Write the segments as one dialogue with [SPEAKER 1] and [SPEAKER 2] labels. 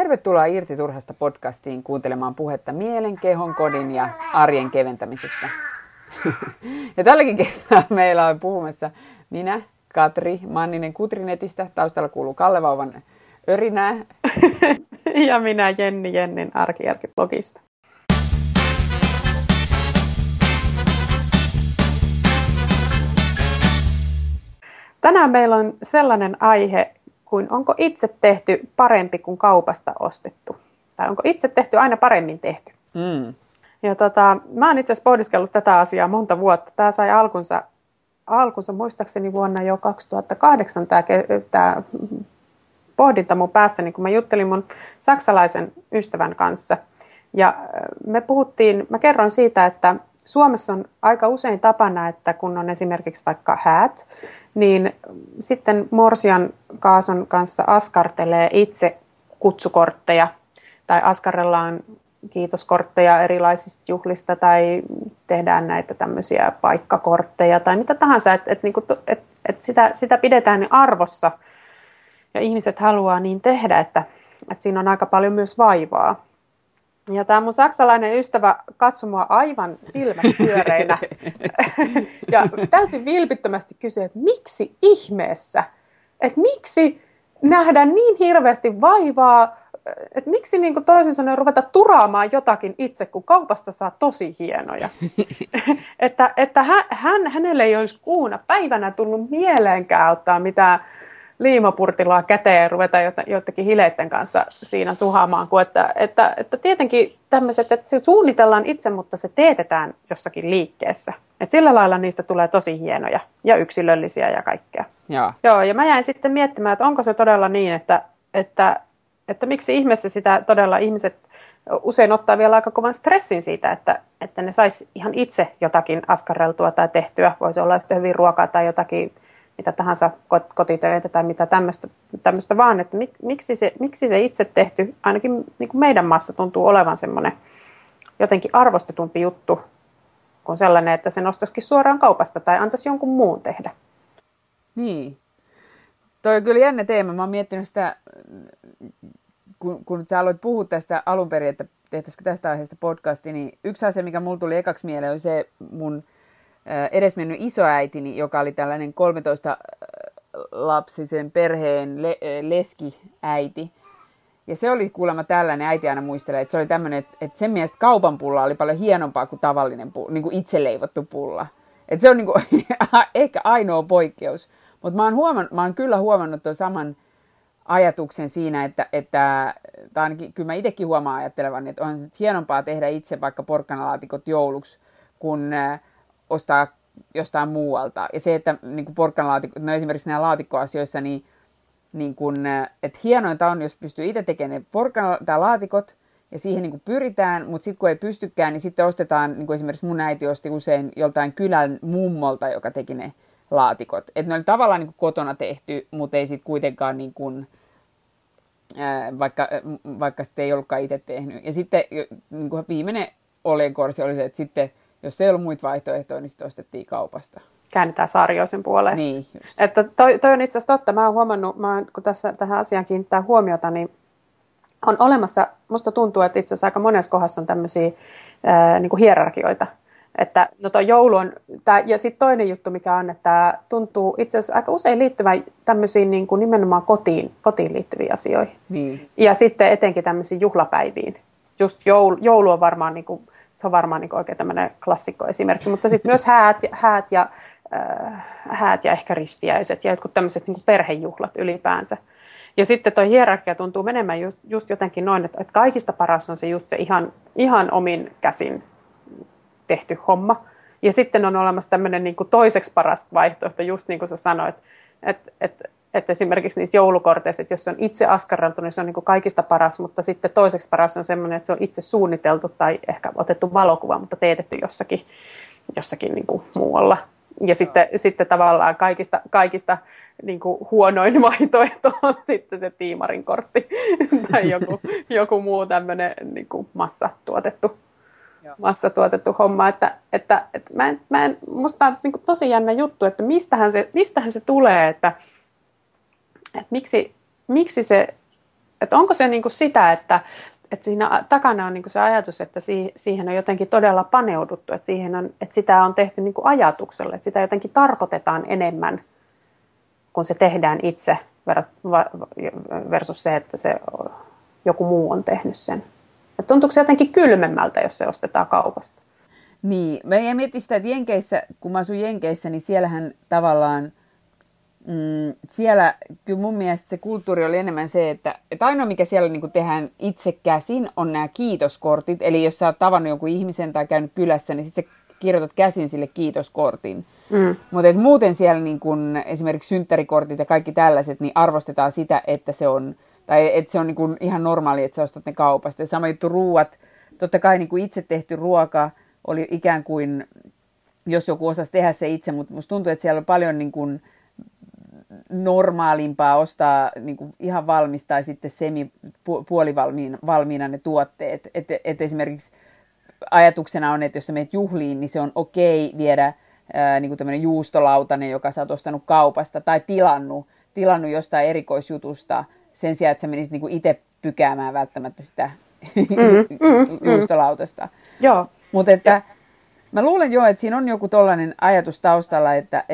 [SPEAKER 1] Tervetuloa Irti Turhasta podcastiin kuuntelemaan puhetta mielen, kehon, kodin ja arjen keventämisestä. Ja tälläkin kertaa meillä on puhumassa minä, Katri Manninen Kutrinetistä. Taustalla kuuluu Kalle Vauvan örinää.
[SPEAKER 2] Ja minä Jennin Arkijärki-blogista. Tänään meillä on sellainen aihe kuin onko itse tehty parempi kuin kaupasta ostettu? Tai onko itse tehty aina paremmin tehty? Ja mä oon itse asiassa pohdiskellut tätä asiaa monta vuotta. Tämä sai alkunsa muistaakseni vuonna jo 2008 tämä pohdinta mun päässäni, kun mä juttelin mun saksalaisen ystävän kanssa. Ja mä kerroin siitä, että Suomessa on aika usein tapana, että kun on esimerkiksi vaikka häät, niin sitten morsian kaason kanssa askartelee itse kutsukortteja tai askarrellaan kiitoskortteja erilaisista juhlista tai tehdään näitä tämmöisiä paikkakortteja tai mitä tahansa, että sitä pidetään arvossa ja ihmiset haluaa niin tehdä, että siinä on aika paljon myös vaivaa. Ja tämä mun saksalainen ystävä katsoi mua aivan silmät pyöreinä ja täysin vilpittömästi kysyi, että miksi ihmeessä, että miksi nähdään niin hirveästi vaivaa, että miksi niin kuin toisin sanoen ruveta turaamaan jotakin itse, kun kaupasta saa tosi hienoja. että hänelle ei olisi kuuna päivänä tullut mieleenkään ottaa mitään liimapurtilaa käteen ja ruveta jotenkin hileiden kanssa siinä suhaamaan, kuin että tietenkin tämmöiset, että se suunnitellaan itse, mutta se teetetään jossakin liikkeessä. Et sillä lailla niistä tulee tosi hienoja ja yksilöllisiä ja kaikkea. Joo, ja mä jäin sitten miettimään, että onko se todella niin, että miksi ihmeessä sitä todella ihmiset usein ottaa vielä aika kovan stressin siitä, että ne sais ihan itse jotakin askarreltua tai tehtyä. Voisi olla yhtä hyvin ruokaa tai jotakin mitä tahansa kotitöitä tai mitä tämmöistä vaan, että miksi se itse tehty, ainakin niin kuin meidän maassa tuntuu olevan semmoinen jotenkin arvostetumpi juttu kuin sellainen, että se nostaisikin suoraan kaupasta tai antaisi jonkun muun tehdä.
[SPEAKER 1] Niin. Toi on kyllä jännä teema. Mä oon miettinyt sitä, kun sä aloit puhua tästä alun perin, että tehtäisikö tästä aiheesta podcasti, niin yksi asia, mikä mulla tuli ekaksi mieleen, oli se mun edesmennyt isoäitini, joka oli tällainen 13-lapsisen perheen leskiäiti. Ja se oli kuulemma tällainen, äiti aina muistelee, että se oli tämmöinen, että sen mielestä kaupan pulla oli paljon hienompaa kuin tavallinen pulla, niin kuin itse leivottu pulla. Että se on niin kuin, ehkä ainoa poikkeus. Mutta mä oon kyllä huomannut tuon saman ajatuksen siinä, että tai ainakin kyllä mä itsekin huomaan ajattelevan, että on hienompaa tehdä itse vaikka porkkanalaatikot jouluksi, kun ostaa jostain muualta. Ja se, että niin porkkanalaatikot, no esimerkiksi nämä laatikkoasioissa, niin kun, että hienointa on, jos pystyy itse tekemään ne laatikot, ja siihen niin pyritään, mutta sitten kun ei pystykään, niin sitten ostetaan, niin kuin esimerkiksi mun äiti osti usein joltain kylän mummolta, joka teki ne laatikot. Että ne oli tavallaan niin kuin kotona tehty, mutta ei sitten kuitenkaan, niin kuin, vaikka sitten ei ollutkaan itse tehnyt. Ja sitten niin kuin viimeinen oljenkorsi oli se, että sitten jos ei ollut muita vaihtoehtoja, niin sitten ostettiin kaupasta.
[SPEAKER 2] Käännetään Saarioisen puoleen.
[SPEAKER 1] Niin, just.
[SPEAKER 2] Että toi on itse asiassa totta. Mä oon huomannut, kun tähän asiaan kiinnittää huomiota, niin on olemassa, musta tuntuu, että itse asiassa aika monessa kohdassa on tämmöisiä niin kuin hierarkioita. Että no toi joulu on, ja sitten toinen juttu, mikä on, että tuntuu itse asiassa aika usein liittyvän tämmöisiin niin kuin nimenomaan kotiin liittyviin asioihin.
[SPEAKER 1] Niin.
[SPEAKER 2] Ja sitten etenkin tämmöisiin juhlapäiviin. Just joulu on varmaan niin kuin, se on varmaan niin oikein tämmöinen klassikkoesimerkki, mutta sitten myös häät ja ehkä ristiäiset ja jotkut tämmöiset niin perhejuhlat ylipäänsä. Ja sitten tuo hierarkia tuntuu menemään just jotenkin noin, että kaikista paras on se just se ihan omin käsin tehty homma. Ja sitten on olemassa tämmöinen niin kuin toiseksi paras vaihtoehto, just niin kuin sä sanoit, että esimerkiksi niissä joulukorteissa, että jos se on itse askarreltu, niin se on niin kuin kaikista paras, mutta sitten toiseksi paras on semmoinen, että se on itse suunniteltu tai ehkä otettu valokuva, mutta teetetty jossakin niin kuin muualla. Ja sitten tavallaan kaikista niin kuin huonoin vaihtoehto on sitten se tiimarin kortti tai joku muu tämmöinen niin kuin massatuotettu homma. Että musta on niin kuin tosi jännä juttu, että mistähän se tulee, että miksi se Että onko se niin kuin sitä, että siinä takana on niin kuin se ajatus, että siihen on jotenkin todella paneuduttu, että, että sitä on tehty niin kuin ajatuksella, että sitä jotenkin tarkoitetaan enemmän, kun se tehdään itse versus se, että joku muu on tehnyt sen. Että tuntuuko se jotenkin kylmemmältä, jos se ostetaan kaupasta?
[SPEAKER 1] Niin, mä mietin sitä, että Jenkeissä, kun mä asun Jenkeissä, niin siellähän tavallaan, siellä kyllä mun mielestä se kulttuuri oli enemmän se, että ainoa mikä siellä niin kuin tehdään itse käsin on nämä kiitoskortit. Eli jos sä oot tavannut jonkun ihmisen tai käynyt kylässä, niin sit sä kirjoitat käsin sille kiitoskortin. Mutta muuten siellä niin kun, esimerkiksi synttärikortit ja kaikki tällaiset, niin arvostetaan sitä, että se on, tai että se on niin kun ihan normaali, että sä ostat ne kaupasta. Ja sama juttu ruuat, totta kai niin kun itse tehty ruoka oli ikään kuin, jos joku osasi tehdä se itse, mutta musta tuntuu, että siellä on paljon niin kun normaalimpaa ostaa niin kuin ihan valmista tai sitten puolivalmiina ne tuotteet. Et esimerkiksi ajatuksena on, että jos sä menet juhliin, niin se on okei viedä niin kuin tämmöinen juustolautanen, joka sä oot ostanut kaupasta tai tilannut jostain erikoisjutusta sen sijaan, että sä menisit niin kuin itse pykäämään välttämättä sitä juustolautasta.
[SPEAKER 2] Joo.
[SPEAKER 1] Mutta että mä luulen jo, että siinä on joku tollainen ajatus taustalla, että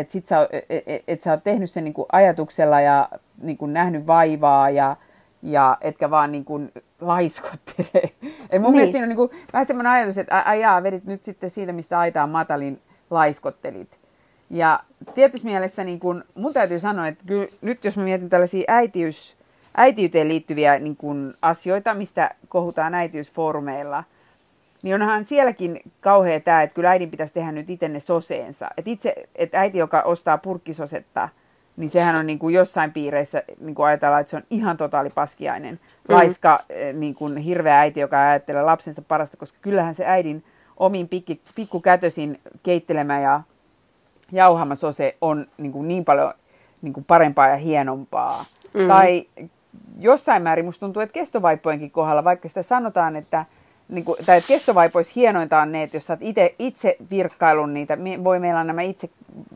[SPEAKER 1] sä oot tehnyt sen niin kuin ajatuksella ja niin kuin nähnyt vaivaa ja etkä vaan niin kuin laiskottele. Mun mielestä siinä on niin kuin vähän semmoinen ajatus, että vedit nyt sitten siitä, mistä aitaan matalin laiskottelit. Ja tietysti mielessä niin kuin, mun täytyy sanoa, että kyllä, nyt jos mä mietin tällaisia äitiyteen liittyviä niin kuin asioita, mistä kohutaan äitiysfoorumeilla, niin onhan sielläkin kauhea tämä, että kyllä äidin pitäisi tehdä nyt itse ne soseensa. Että äiti, joka ostaa purkkisosetta, niin sehän on niin kuin jossain piireissä, niin kuin ajatellaan, että se on ihan totaalipaskiainen. Laiska, niin kuin hirveä äiti, joka ajattelee lapsensa parasta, koska kyllähän se äidin omin pikkukätösin keittelemä ja jauhama sose on niin paljon niin kuin parempaa ja hienompaa. Tai jossain määrin musta tuntuu, että kestovaippojenkin kohdalla, vaikka sitä sanotaan, että tai että kestovaipoissa hienointa on ne, että jos sä oot itse virkkailun niitä, meillä on nämä itse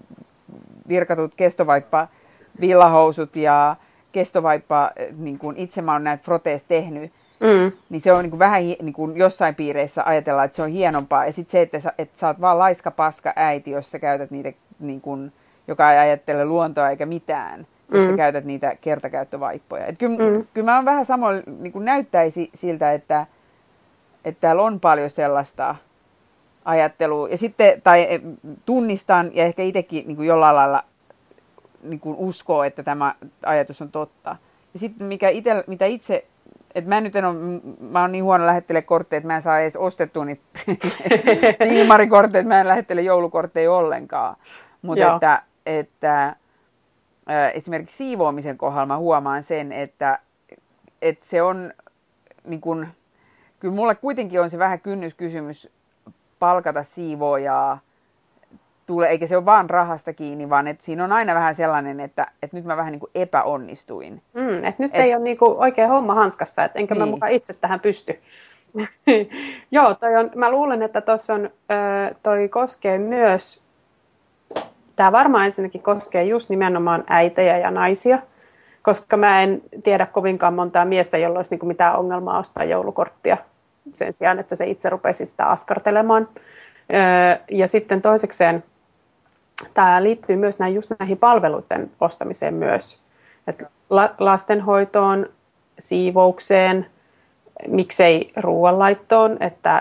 [SPEAKER 1] virkatut kestovaippa-villahousut ja kestovaippa, niin kuin itse mä oon näitä frotees tehnyt, niin se on niin kuin vähän niin kuin jossain piireissä ajatellaan, että se on hienompaa. Ja sitten se, että sä oot vaan laiska paska äiti, jos sä käytät niitä, niin kuin, joka ei ajattele luontoa eikä mitään, jos sä käytät niitä kertakäyttövaippoja. Et kyllä mä oon vähän samoin, niin kuin näyttäisi siltä, että täällä on paljon sellaista ajattelua. Ja sitten, tai tunnistan ja ehkä itsekin niin kuin jollain lailla niin kuin uskoo, että tämä ajatus on totta. Ja sitten mitä itse, että mä oon niin huono lähettelee kortteja, että mä en saa edes ostettua niitä tiimarikortteja, että mä en lähettele joulukortteja ollenkaan. Mutta että esimerkiksi siivoamisen kohdalla mä huomaan sen, että se on niin kuin, kyllä mulle kuitenkin on se vähän kynnyskysymys palkata siivoojaa, eikä se ole vaan rahasta kiinni, vaan että siinä on aina vähän sellainen, että nyt mä vähän niin kuin epäonnistuin.
[SPEAKER 2] Että nyt ei ole niin kuin oikein homma hanskassa, että enkä mä mukaan itse tähän pysty. Joo, mä luulen, että tuossa on, toi koskee myös, tämä varmaan ensinnäkin koskee just nimenomaan äitejä ja naisia, koska mä en tiedä kovinkaan montaa miestä, jolla olisi niin kuin mitään ongelmaa ostaa joulukorttia sen sijaan, että se itse rupesi sitä askartelemaan. Ja sitten toisekseen tämä liittyy myös näihin palveluiden ostamiseen myös. Et lastenhoitoon, siivoukseen, miksei ruoanlaittoon, että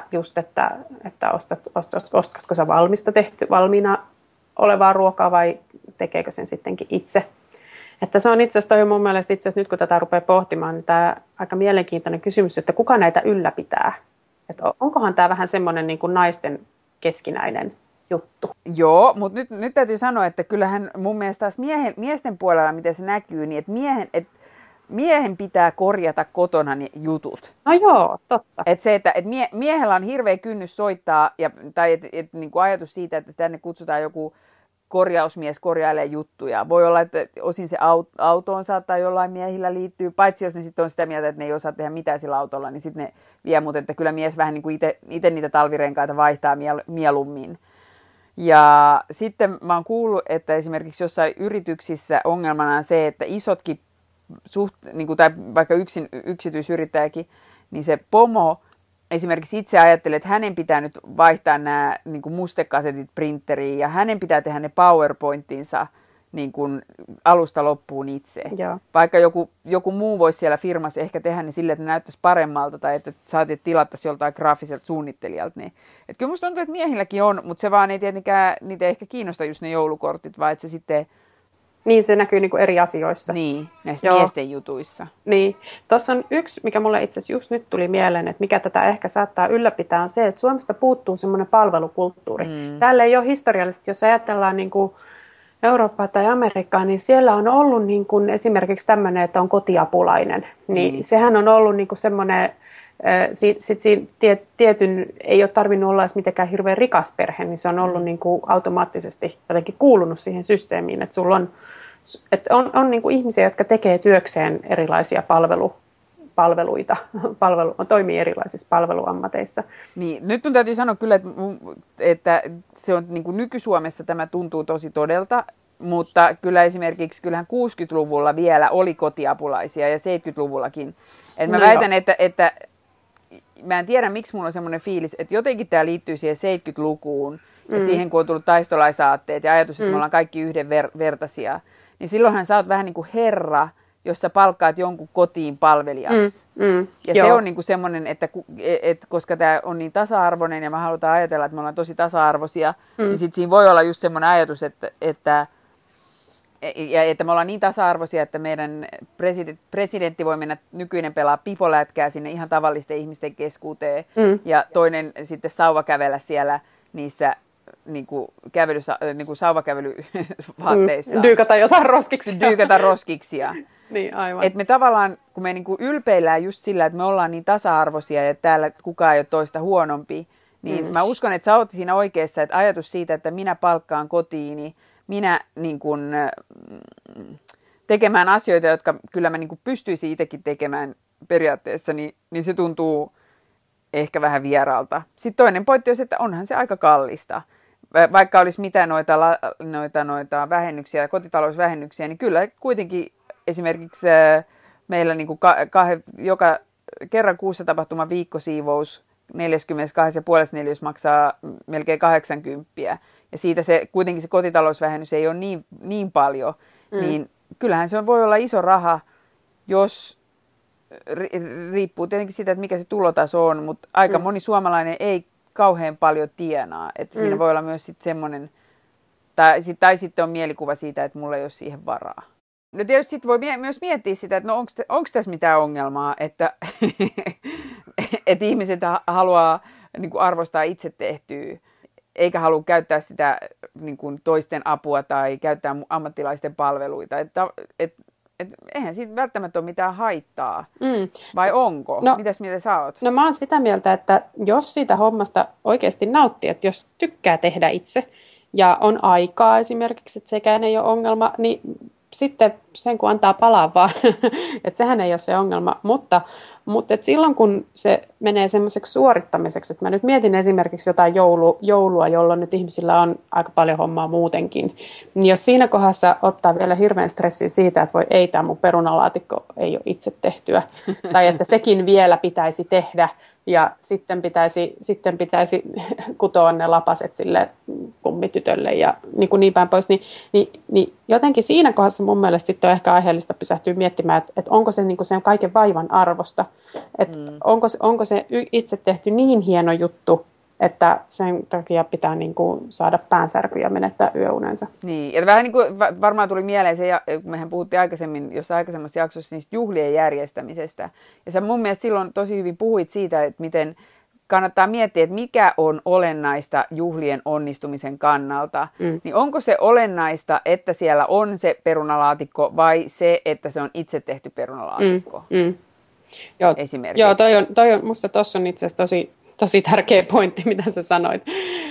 [SPEAKER 2] ostatko sä valmiina olevaa ruokaa vai tekeekö sen sittenkin itse. Että se on itse asiassa mun mielestä nyt kun tätä rupeaa pohtimaan, niin tämä aika mielenkiintoinen kysymys, että kuka näitä ylläpitää. Että onkohan tämä vähän semmoinen niin kuin naisten keskinäinen juttu.
[SPEAKER 1] Joo, mutta nyt täytyy sanoa, että kyllähän mun mielestä taas miesten puolella, miten se näkyy, niin että miehen pitää korjata kotona ne jutut.
[SPEAKER 2] No joo, totta.
[SPEAKER 1] Että se, että miehellä on hirveä kynnys soittaa, tai niin kuin ajatus siitä, että tänne kutsutaan joku korjausmies korjailee juttuja. Voi olla, että osin se autoon saattaa jollain miehillä liittyy, paitsi jos ne sitten on sitä mieltä, että ne ei osaa tehdä mitään sillä autolla, niin sitten ne vie, mutta että kyllä mies vähän niin kuin itse niitä talvirenkaita vaihtaa mieluummin. Ja sitten mä oon kuullut, että esimerkiksi jossain yrityksissä ongelmana on se, että isotkin niin kuin, tai vaikka yksityisyrittäjäkin, niin se pomo esimerkiksi itse ajattelee, että hänen pitää nyt vaihtaa nämä niin kuin mustekasetit printeriin ja hänen pitää tehdä ne PowerPointinsa niin kuin alusta loppuun itse.
[SPEAKER 2] Joo.
[SPEAKER 1] Vaikka joku muu voisi siellä firmassa ehkä tehdä niin silleen, että ne näyttäisi paremmalta tai että saatiin tilattaisi joltain graafiselta suunnittelijalta. Niin. Että kyllä musta tuntuu, että miehilläkin on, mutta se vaan ei tietenkään, niitä ei ehkä kiinnosta just ne joulukortit, vaan että se sitten...
[SPEAKER 2] Niin, se näkyy niinku eri asioissa.
[SPEAKER 1] Niin, näissä miesten jutuissa.
[SPEAKER 2] Niin. Tuossa on yksi, mikä mulle itse asiassa just nyt tuli mieleen, että mikä tätä ehkä saattaa ylläpitää, on se, että Suomesta puuttuu semmoinen palvelukulttuuri. Täällä ei ole historiallisesti, jos ajatellaan niinku Eurooppaa tai Amerikkaa, niin siellä on ollut niin kuin esimerkiksi tämmöinen, että on kotiapulainen. Niin sehän on ollut niin kuin semmoinen, sitten tietyn, ei ole tarvinnut olla edes mitenkään hirveän rikas perhe, niin se on ollut niin kuin automaattisesti jotenkin kuulunut siihen systeemiin, että sulla on niin kuin ihmisiä, jotka tekee työkseen erilaisia palveluita, toimii erilaisissa palveluammateissa.
[SPEAKER 1] Niin, nyt mun täytyy sanoa kyllä, että se on niin kuin nyky-Suomessa tämä tuntuu tosi todelta, mutta kyllä esimerkiksi kyllähän 60-luvulla vielä oli kotiapulaisia ja 70-luvullakin. Et mä väitän, että mä en tiedä, miksi mulla on semmoinen fiilis, että jotenkin tämä liittyy siihen 70-lukuun ja siihen, kun on tullut taistolaisaatteet ja ajatus, että me ollaan kaikki yhdenvertaisia, niin silloinhan sä oot vähän niin kuin herra, jos sä palkkaat jonkun kotiin palvelijaksi. Ja se on niinku semmoinen, että koska tämä on niin tasa-arvoinen ja me halutaan ajatella, että me ollaan tosi tasa-arvoisia, niin sitten siinä voi olla just semmoinen ajatus, että me ollaan niin tasa-arvoisia, että meidän presidentti voi mennä nykyinen pelaa pipolätkää sinne ihan tavallisten ihmisten keskuuteen ja toinen sitten sauvakävellä siellä niissä niinku sauvakävelyvaatteissa.
[SPEAKER 2] Dyykata jotain roskiksi.
[SPEAKER 1] Dyykata roskiksia.
[SPEAKER 2] Niin, aivan.
[SPEAKER 1] Et me tavallaan, kun me niinku ylpeillään just sillä, että me ollaan niin tasa-arvoisia ja täällä kukaan ei ole toista huonompi, niin mä uskon, että sä oot siinä oikeassa, että ajatus siitä, että minä palkkaan kotiini, minä niin kun, tekemään asioita, jotka kyllä mä niin kun pystyisin itsekin tekemään periaatteessa, niin se tuntuu ehkä vähän vieraalta. Sitten toinen pointti on, että onhan se aika kallista. Vaikka olisi mitä noita vähennyksiä, kotitalousvähennyksiä, niin kyllä kuitenkin esimerkiksi meillä niin kuin joka kerran kuussa tapahtuma viikkosiivous 42,5 neliössä maksaa melkein 80. Ja siitä kuitenkin se kotitalousvähennys ei ole niin paljon. Niin kyllähän se voi olla iso raha, jos riippuu tietenkin siitä, että mikä se tulotaso on, mutta aika moni suomalainen ei kauhean paljon tienaa. Että siinä voi olla myös sitten semmoinen, tai sitten on mielikuva siitä, että mulla ei ole siihen varaa. No tietysti sitten voi myös miettiä sitä, että no onko tässä mitään ongelmaa, että että ihmiset haluaa niin kuin arvostaa itse tehtyä, eikä halua käyttää sitä niin kuin toisten apua tai käyttää ammattilaisten palveluita. Että eihän siitä välttämättä ole mitään haittaa. Vai onko?
[SPEAKER 2] No,
[SPEAKER 1] mitäs mieltä sä oot?
[SPEAKER 2] No mä oon sitä mieltä, että jos siitä hommasta oikeasti nauttii, että jos tykkää tehdä itse ja on aikaa esimerkiksi, että sekään ei ole ongelma, niin sitten sen kun antaa palaa vaan, että sehän ei ole se ongelma, mutta et silloin kun se menee semmoiseksi suorittamiseksi, että mä nyt mietin esimerkiksi jotain joulua, jolloin nyt ihmisillä on aika paljon hommaa muutenkin, niin jos siinä kohdassa ottaa vielä hirveän stressin siitä, että voi ei, tämä mun perunalaatikko ei ole itse tehtyä, tai että sekin vielä pitäisi tehdä, ja sitten pitäisi kutoa ne lapaset sille kummitytölle ja niin päin pois, niin jotenkin siinä kohdassa mun mielestä sitten on ehkä aiheellista pysähtyä miettimään, että onko se niin kuin sen kaiken vaivan arvosta, että onko se itse tehty niin hieno juttu, että sen takia pitää niin kuin saada päänsärky ja menettää yöunensa.
[SPEAKER 1] Niin, ja vähän niin kuin varmaan tuli mieleen se, kun mehän puhuttiin aikaisemmin, jossain aikaisemmassa jaksossa niistä juhlien järjestämisestä. Ja sä mun mielestä silloin tosi hyvin puhuit siitä, että miten kannattaa miettiä, että mikä on olennaista juhlien onnistumisen kannalta. Niin onko se olennaista, että siellä on se perunalaatikko vai se, että se on itse tehty perunalaatikko?
[SPEAKER 2] Joo,
[SPEAKER 1] esimerkiksi.
[SPEAKER 2] Joo, musta tuossa on itse asiassa tosi tärkeä pointti, mitä sä sanoit.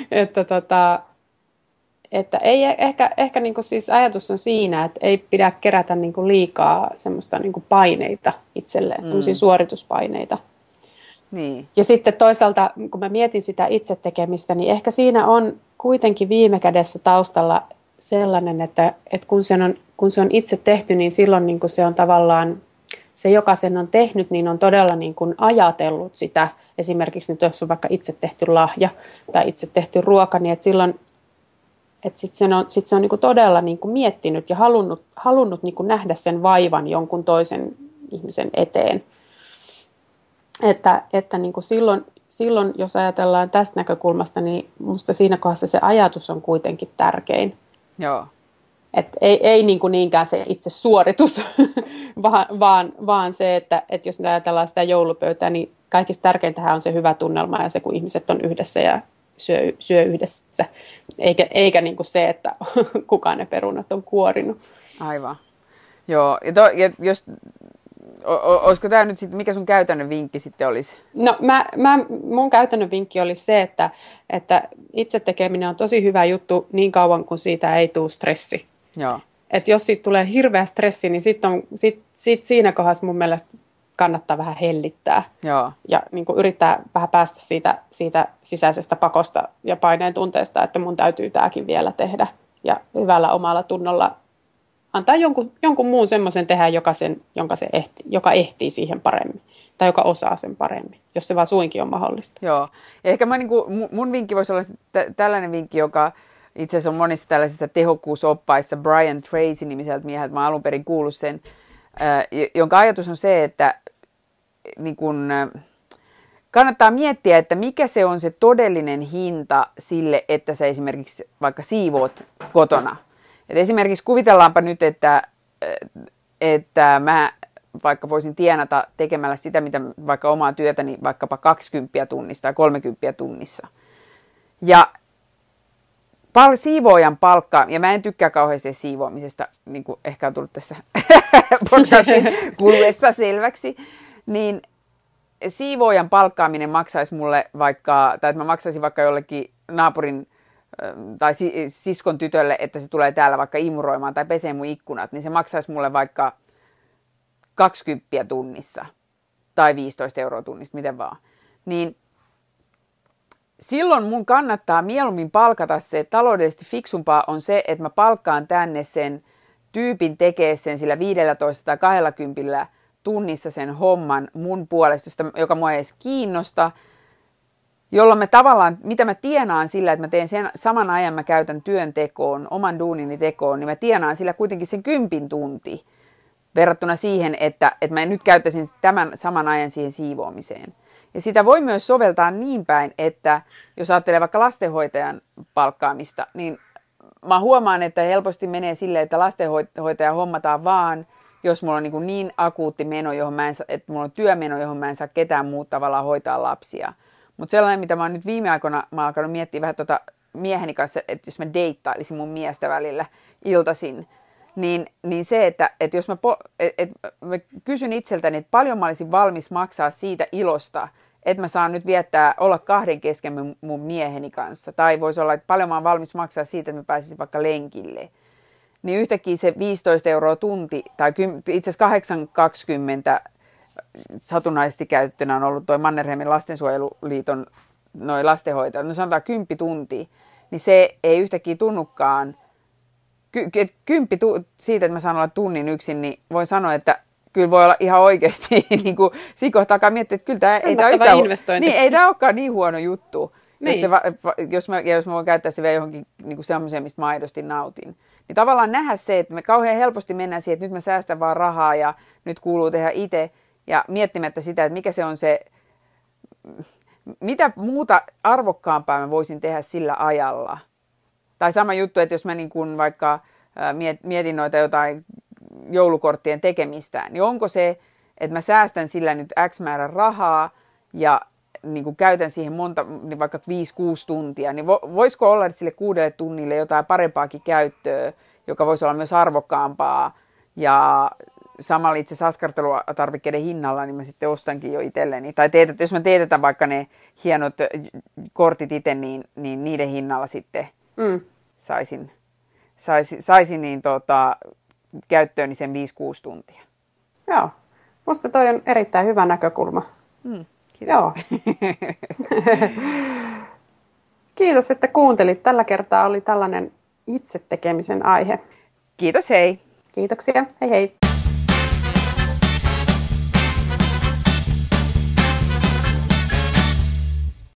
[SPEAKER 2] Että ei ehkä niinku siis ajatus on siinä, että ei pidä kerätä niinku liikaa semmoista niinku paineita itselleen, semmoisia suorituspaineita.
[SPEAKER 1] Niin.
[SPEAKER 2] Ja sitten toisaalta, kun mä mietin sitä itse tekemistä, niin ehkä siinä on kuitenkin viime kädessä taustalla sellainen, että kun se on itse tehty, niin silloin niin kuin se on tavallaan, se joka sen on tehnyt, niin on todella niin kuin ajatellut sitä. Esimerkiksi nyt jos on vaikka itse tehty lahja tai itse tehty ruoka, niin että silloin sit se on niin kuin todella niin kuin miettinyt ja halunnut niin kuin nähdä sen vaivan jonkun toisen ihmisen eteen. Että niin kuin silloin, jos ajatellaan tästä näkökulmasta, niin minusta siinä kohdassa se ajatus on kuitenkin tärkein.
[SPEAKER 1] Joo.
[SPEAKER 2] Että ei niin kuin niinkään se itse suoritus, vaan se, että jos ajatellaan sitä joulupöytää, niin kaikista tärkeintähän on se hyvä tunnelma ja se, kun ihmiset on yhdessä ja syö yhdessä, eikä niin kuin se, että kukaan ne perunat on kuorinut.
[SPEAKER 1] Aivan. Joo, ja jos... Olisiko tämä nyt sitten, mikä sun käytännön vinkki sitten olisi?
[SPEAKER 2] No mun käytännön vinkki oli se, että itse tekeminen on tosi hyvä juttu niin kauan, kun siitä ei tule stressi.
[SPEAKER 1] Joo.
[SPEAKER 2] Et jos siitä tulee hirveä stressi, niin sit siinä kohdassa mun mielestä kannattaa vähän hellittää.
[SPEAKER 1] Joo.
[SPEAKER 2] Ja niin kuin yrittää vähän päästä siitä sisäisestä pakosta ja paineen tunteesta, että mun täytyy tämäkin vielä tehdä. Ja hyvällä omalla tunnolla antaa jonkun muun semmoisen tehdä, joka ehtii siihen paremmin. Tai joka osaa sen paremmin, jos se vaan suinkin on mahdollista.
[SPEAKER 1] Joo. Ja ehkä mun vinkki voisi olla tällainen vinkki, joka itse asiassa on monissa tällaisissa tehokkuusoppaissa, Brian Tracy-nimiseltä mieheltä, mä oon alun perin kuullut sen, jonka ajatus on se, että niin kun, kannattaa miettiä, että mikä se on se todellinen hinta sille, että sä esimerkiksi vaikka siivoot kotona. Et esimerkiksi kuvitellaanpa nyt, että mä vaikka voisin tienata tekemällä sitä, mitä vaikka omaa työtäni, vaikkapa 20 tunnissa tai 30 tunnissa. Ja siivoojan palkka, ja mä en tykkää kauheasti siivoamisesta, niin kuin ehkä on tullut tässä podcastin kuluessa selväksi, niin siivoojan palkkaaminen maksaisi mulle vaikka, tai että mä maksaisin vaikka jollekin naapurin tai siskon tytölle, että se tulee täällä vaikka imuroimaan tai pesee mun ikkunat, niin se maksaisi mulle vaikka 20 tunnissa tai 15 euroa tunnista, miten vaan. Niin silloin mun kannattaa mieluummin palkata se, taloudellisesti fiksumpaa on se, että mä palkkaan tänne sen tyypin tekee sen sillä 15 tai 20 tunnissa sen homman mun puolesta, joka mua ei edes kiinnosta, jolloin me tavallaan, mitä mä tienaan sillä, että mä teen sen saman ajan, mä käytän työntekoon, oman duunini tekoon, niin mä tienaan sillä kuitenkin sen 10 tunti verrattuna siihen, että mä nyt käyttäisin tämän saman ajan siihen siivoamiseen. Ja sitä voi myös soveltaa niin päin, että jos ajattelee vaikka lastenhoitajan palkkaamista, niin mä huomaan, että helposti menee silleen, että lastenhoitaja hommataan vaan, jos mulla on niin akuutti meno, että mulla on työmeno, johon mä en saa ketään muuta tavallaan hoitaa lapsia. Mutta sellainen, mitä mä oon nyt viime aikoina, mä oon alkanut miettiä vähän mieheni kanssa, että jos mä deittailisin mun miestä välillä iltaisin, niin se, että jos mä kysyn itseltäni, että paljon mä olisin valmis maksaa siitä ilosta, että mä saan nyt olla kahden kesken mun mieheni kanssa. Tai voisi olla, että paljon mä oon valmis maksaa siitä, että mä pääsisin vaikka lenkille. Niin yhtäkkiä se 15 euroa tunti, tai itse asiassa 8,20 satunnaisesti käytettynä on ollut toi Mannerheimin lastensuojeluliiton noi lastenhoitajat, no sanotaan 10 tuntia, niin se ei yhtäkkiä tunnukaan. 10 siitä, että mä saan olla tunnin yksin, niin voin sanoa, että kyllä voi olla ihan oikeasti, niin kuin siinä kohtaa alkaa miettiä, että kyllä tämä ei tämä olekaan niin huono juttu, niin. jos mä voin käyttää se vielä johonkin niin sellaiseen, mistä mä aidosti nautin. Niin tavallaan nähdä se, että me kauhean helposti mennään siihen, että nyt mä säästän vaan rahaa ja nyt kuuluu tehdä itse, ja miettimättä sitä, että mikä se on se, mitä muuta arvokkaampaa mä voisin tehdä sillä ajalla. Tai sama juttu, että jos mä niin kuin vaikka mietin noita jotain joulukorttien tekemistä, niin onko se, että mä säästän sillä nyt X määrän rahaa ja niin kuin käytän siihen niin vaikka 5-6 tuntia, niin voisiko olla sille 6 tunnille jotain parempaakin käyttöä, joka voisi olla myös arvokkaampaa ja samalla itse asiassa askartelutarvikkeiden hinnalla, niin mä sitten ostankin jo itselleni. Tai jos mä teetetän vaikka ne hienot kortit itse, niin niiden hinnalla sitten saisin niin käyttööni sen 5-6 tuntia.
[SPEAKER 2] Joo, musta toi on erittäin hyvä näkökulma.
[SPEAKER 1] Kiitos.
[SPEAKER 2] Joo. Kiitos, että kuuntelit. Tällä kertaa oli tällainen itse tekemisen aihe.
[SPEAKER 1] Kiitos, hei!
[SPEAKER 2] Kiitoksia, hei hei!